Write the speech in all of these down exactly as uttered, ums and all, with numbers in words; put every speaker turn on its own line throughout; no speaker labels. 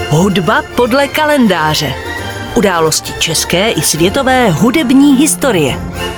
Hudba podle kalendáře. Události české i světové hudební historie.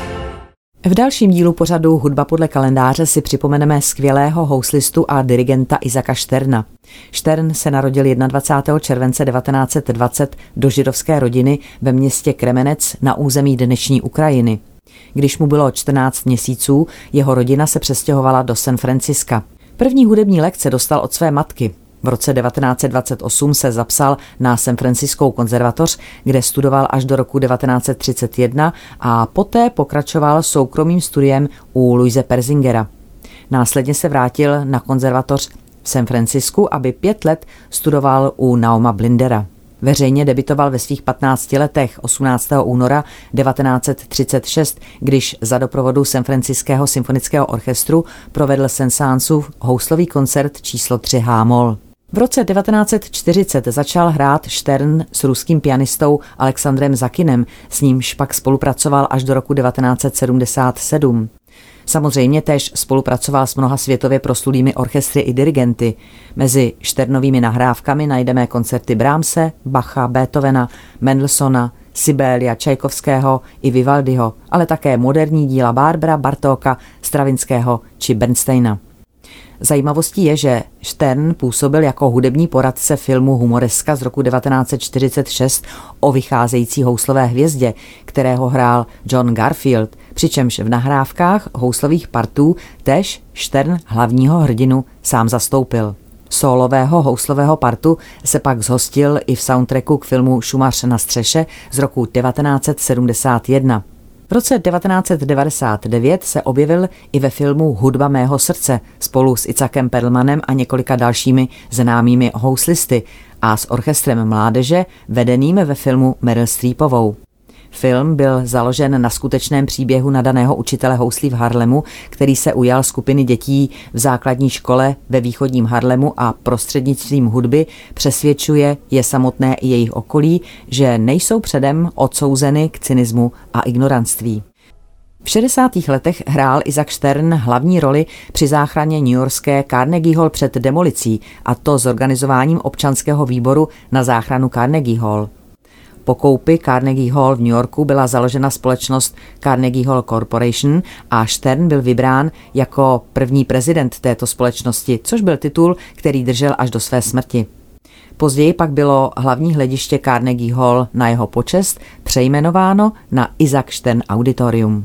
V dalším dílu pořadu Hudba podle kalendáře si připomeneme skvělého houslistu a dirigenta Isaaca Šterna. Štern se narodil dvacátého prvního července devatenáct set dvacet do židovské rodiny ve městě Kremenec na území dnešní Ukrajiny. Když mu bylo čtrnáct měsíců, jeho rodina se přestěhovala do San Franciska. První hudební lekce dostal od své matky. V roce devatenáct set dvacet osm se zapsal na San Franciskou konzervatoř, kde studoval až do roku devatenáct set třicet jedna a poté pokračoval soukromým studiem u Louise Perzingera. Následně se vrátil na konzervatoř v San Francisku, aby pět let studoval u Nauma Blindera. Veřejně debitoval ve svých patnácti letech osmnáctého února devatenáct set třicet šest, když za doprovodu San Franciského symfonického orchestru provedl Saint-Saënsův houslový koncert číslo tři H-moll. V roce devatenáct set čtyřicet začal hrát Štern s ruským pianistou Alexandrem Zakinem, s nímž pak spolupracoval až do roku devatenáct set sedmdesát sedm. Samozřejmě též spolupracoval s mnoha světově proslulými orchestry i dirigenty. Mezi Šternovými nahrávkami najdeme koncerty Brahmse, Bacha, Beethovena, Mendelssohna, Sibélia, Čajkovského i Vivaldiho, ale také moderní díla Barbera, Bartóka, Stravinského či Bernsteina. Zajímavostí je, že Štern působil jako hudební poradce filmu Humoreska z roku devatenáct set čtyřicet šest o vycházející houslové hvězdě, kterého hrál John Garfield, přičemž v nahrávkách houslových partů též Štern hlavního hrdinu sám zastoupil. Sólového houslového partu se pak zhostil i v soundtracku k filmu Šumař na střeše z roku devatenáct set sedmdesát jedna. V roce devatenáct set devadesát devět se objevil i ve filmu Hudba mého srdce spolu s Izakem Perlmanem a několika dalšími známými houslisty a s orchestrem mládeže vedeným ve filmu Meryl Streepovou. Film byl založen na skutečném příběhu nadaného učitele houslí v Harlemu, který se ujal skupiny dětí v základní škole ve východním Harlemu a prostřednictvím hudby přesvědčuje je samotné i jejich okolí, že nejsou předem odsouzeny k cynismu a ignoranství. V šedesátých letech hrál Isaac Štern hlavní roli při záchraně newyorské Carnegie Hall před demolicí, a to zorganizováním občanského výboru na záchranu Carnegie Hall. Po koupi Carnegie Hall v New Yorku byla založena společnost Carnegie Hall Corporation a Štern byl vybrán jako první prezident této společnosti, což byl titul, který držel až do své smrti. Později pak bylo hlavní hlediště Carnegie Hall na jeho počest přejmenováno na Isaac Štern Auditorium.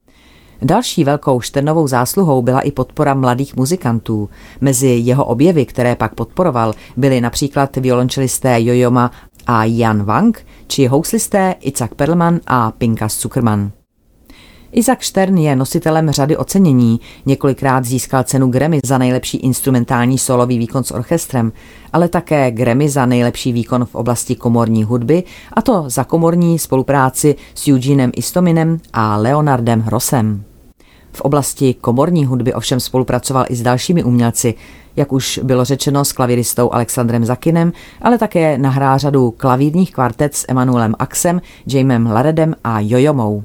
Další velkou Šternovou zásluhou byla i podpora mladých muzikantů. Mezi jeho objevy, které pak podporoval, byli například violončelisté Yo-Yo Ma a Jan Wang, či houslisté Isaac Perlman a Pinkas Zukerman. Isaac Štern je nositelem řady ocenění, několikrát získal cenu Grammy za nejlepší instrumentální solový výkon s orchestrem, ale také Grammy za nejlepší výkon v oblasti komorní hudby, a to za komorní spolupráci s Eugenem Istominem a Leonardem Rossem. V oblasti komorní hudby ovšem spolupracoval i s dalšími umělci, jak už bylo řečeno s klavíristou Alexandrem Zakinem, ale také nahrál řadu klavírních kvartet s Emanuelem Axem, Jamesem Laredem a Yo-Yo Mou.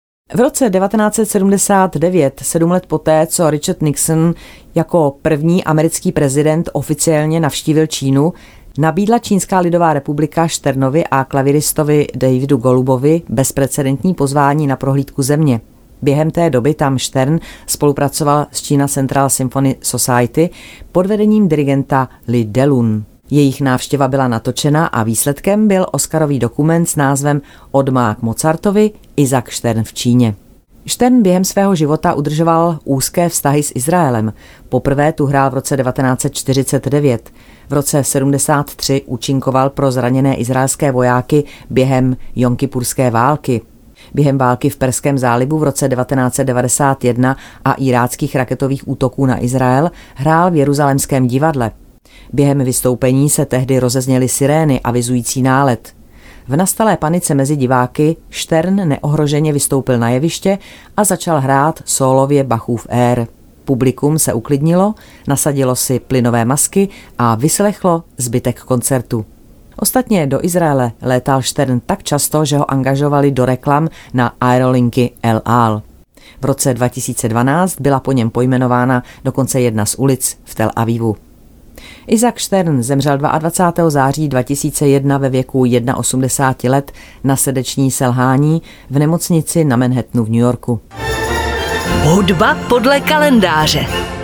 V roce devatenáct set sedmdesát devět, sedm let poté, co Richard Nixon jako první americký prezident oficiálně navštívil Čínu, nabídla Čínská lidová republika Šternovi a klavíristovi Davidu Golubovi bezprecedentní pozvání na prohlídku země. Během té doby tam Štern spolupracoval s China Central Symphony Society pod vedením dirigenta Li Delun. Jejich návštěva byla natočena a výsledkem byl oscarový dokument s názvem Odma k Mozartovi Isaac Štern v Číně. Štern během svého života udržoval úzké vztahy s Izraelem. Poprvé tu hrál v roce devatenáct set čtyřicet devět. V roce sedmdesát tři účinkoval pro zraněné izraelské vojáky během Jomkipurské války. Během války v Perském zálivu v roce devatenáct set devadesát jedna a iráckých raketových útoků na Izrael hrál v Jeruzalémském divadle. Během vystoupení se tehdy rozezněly sirény avizující nálet. V nastalé panice mezi diváky Štern neohroženě vystoupil na jeviště a začal hrát sólově Bachův ér. Publikum se uklidnilo, nasadilo si plynové masky a vyslechlo zbytek koncertu. Ostatně do Izraele létal Štern tak často, že ho angažovali do reklam na aerolinky El Al. V roce dva tisíce dvanáct byla po něm pojmenována dokonce jedna z ulic v Tel Avivu. Isaac Stern zemřel dvacátého druhého září dva tisíce jedna ve věku osmdesáti jedna let na srdeční selhání v nemocnici na Manhattanu v New Yorku.
Hudba podle kalendáře.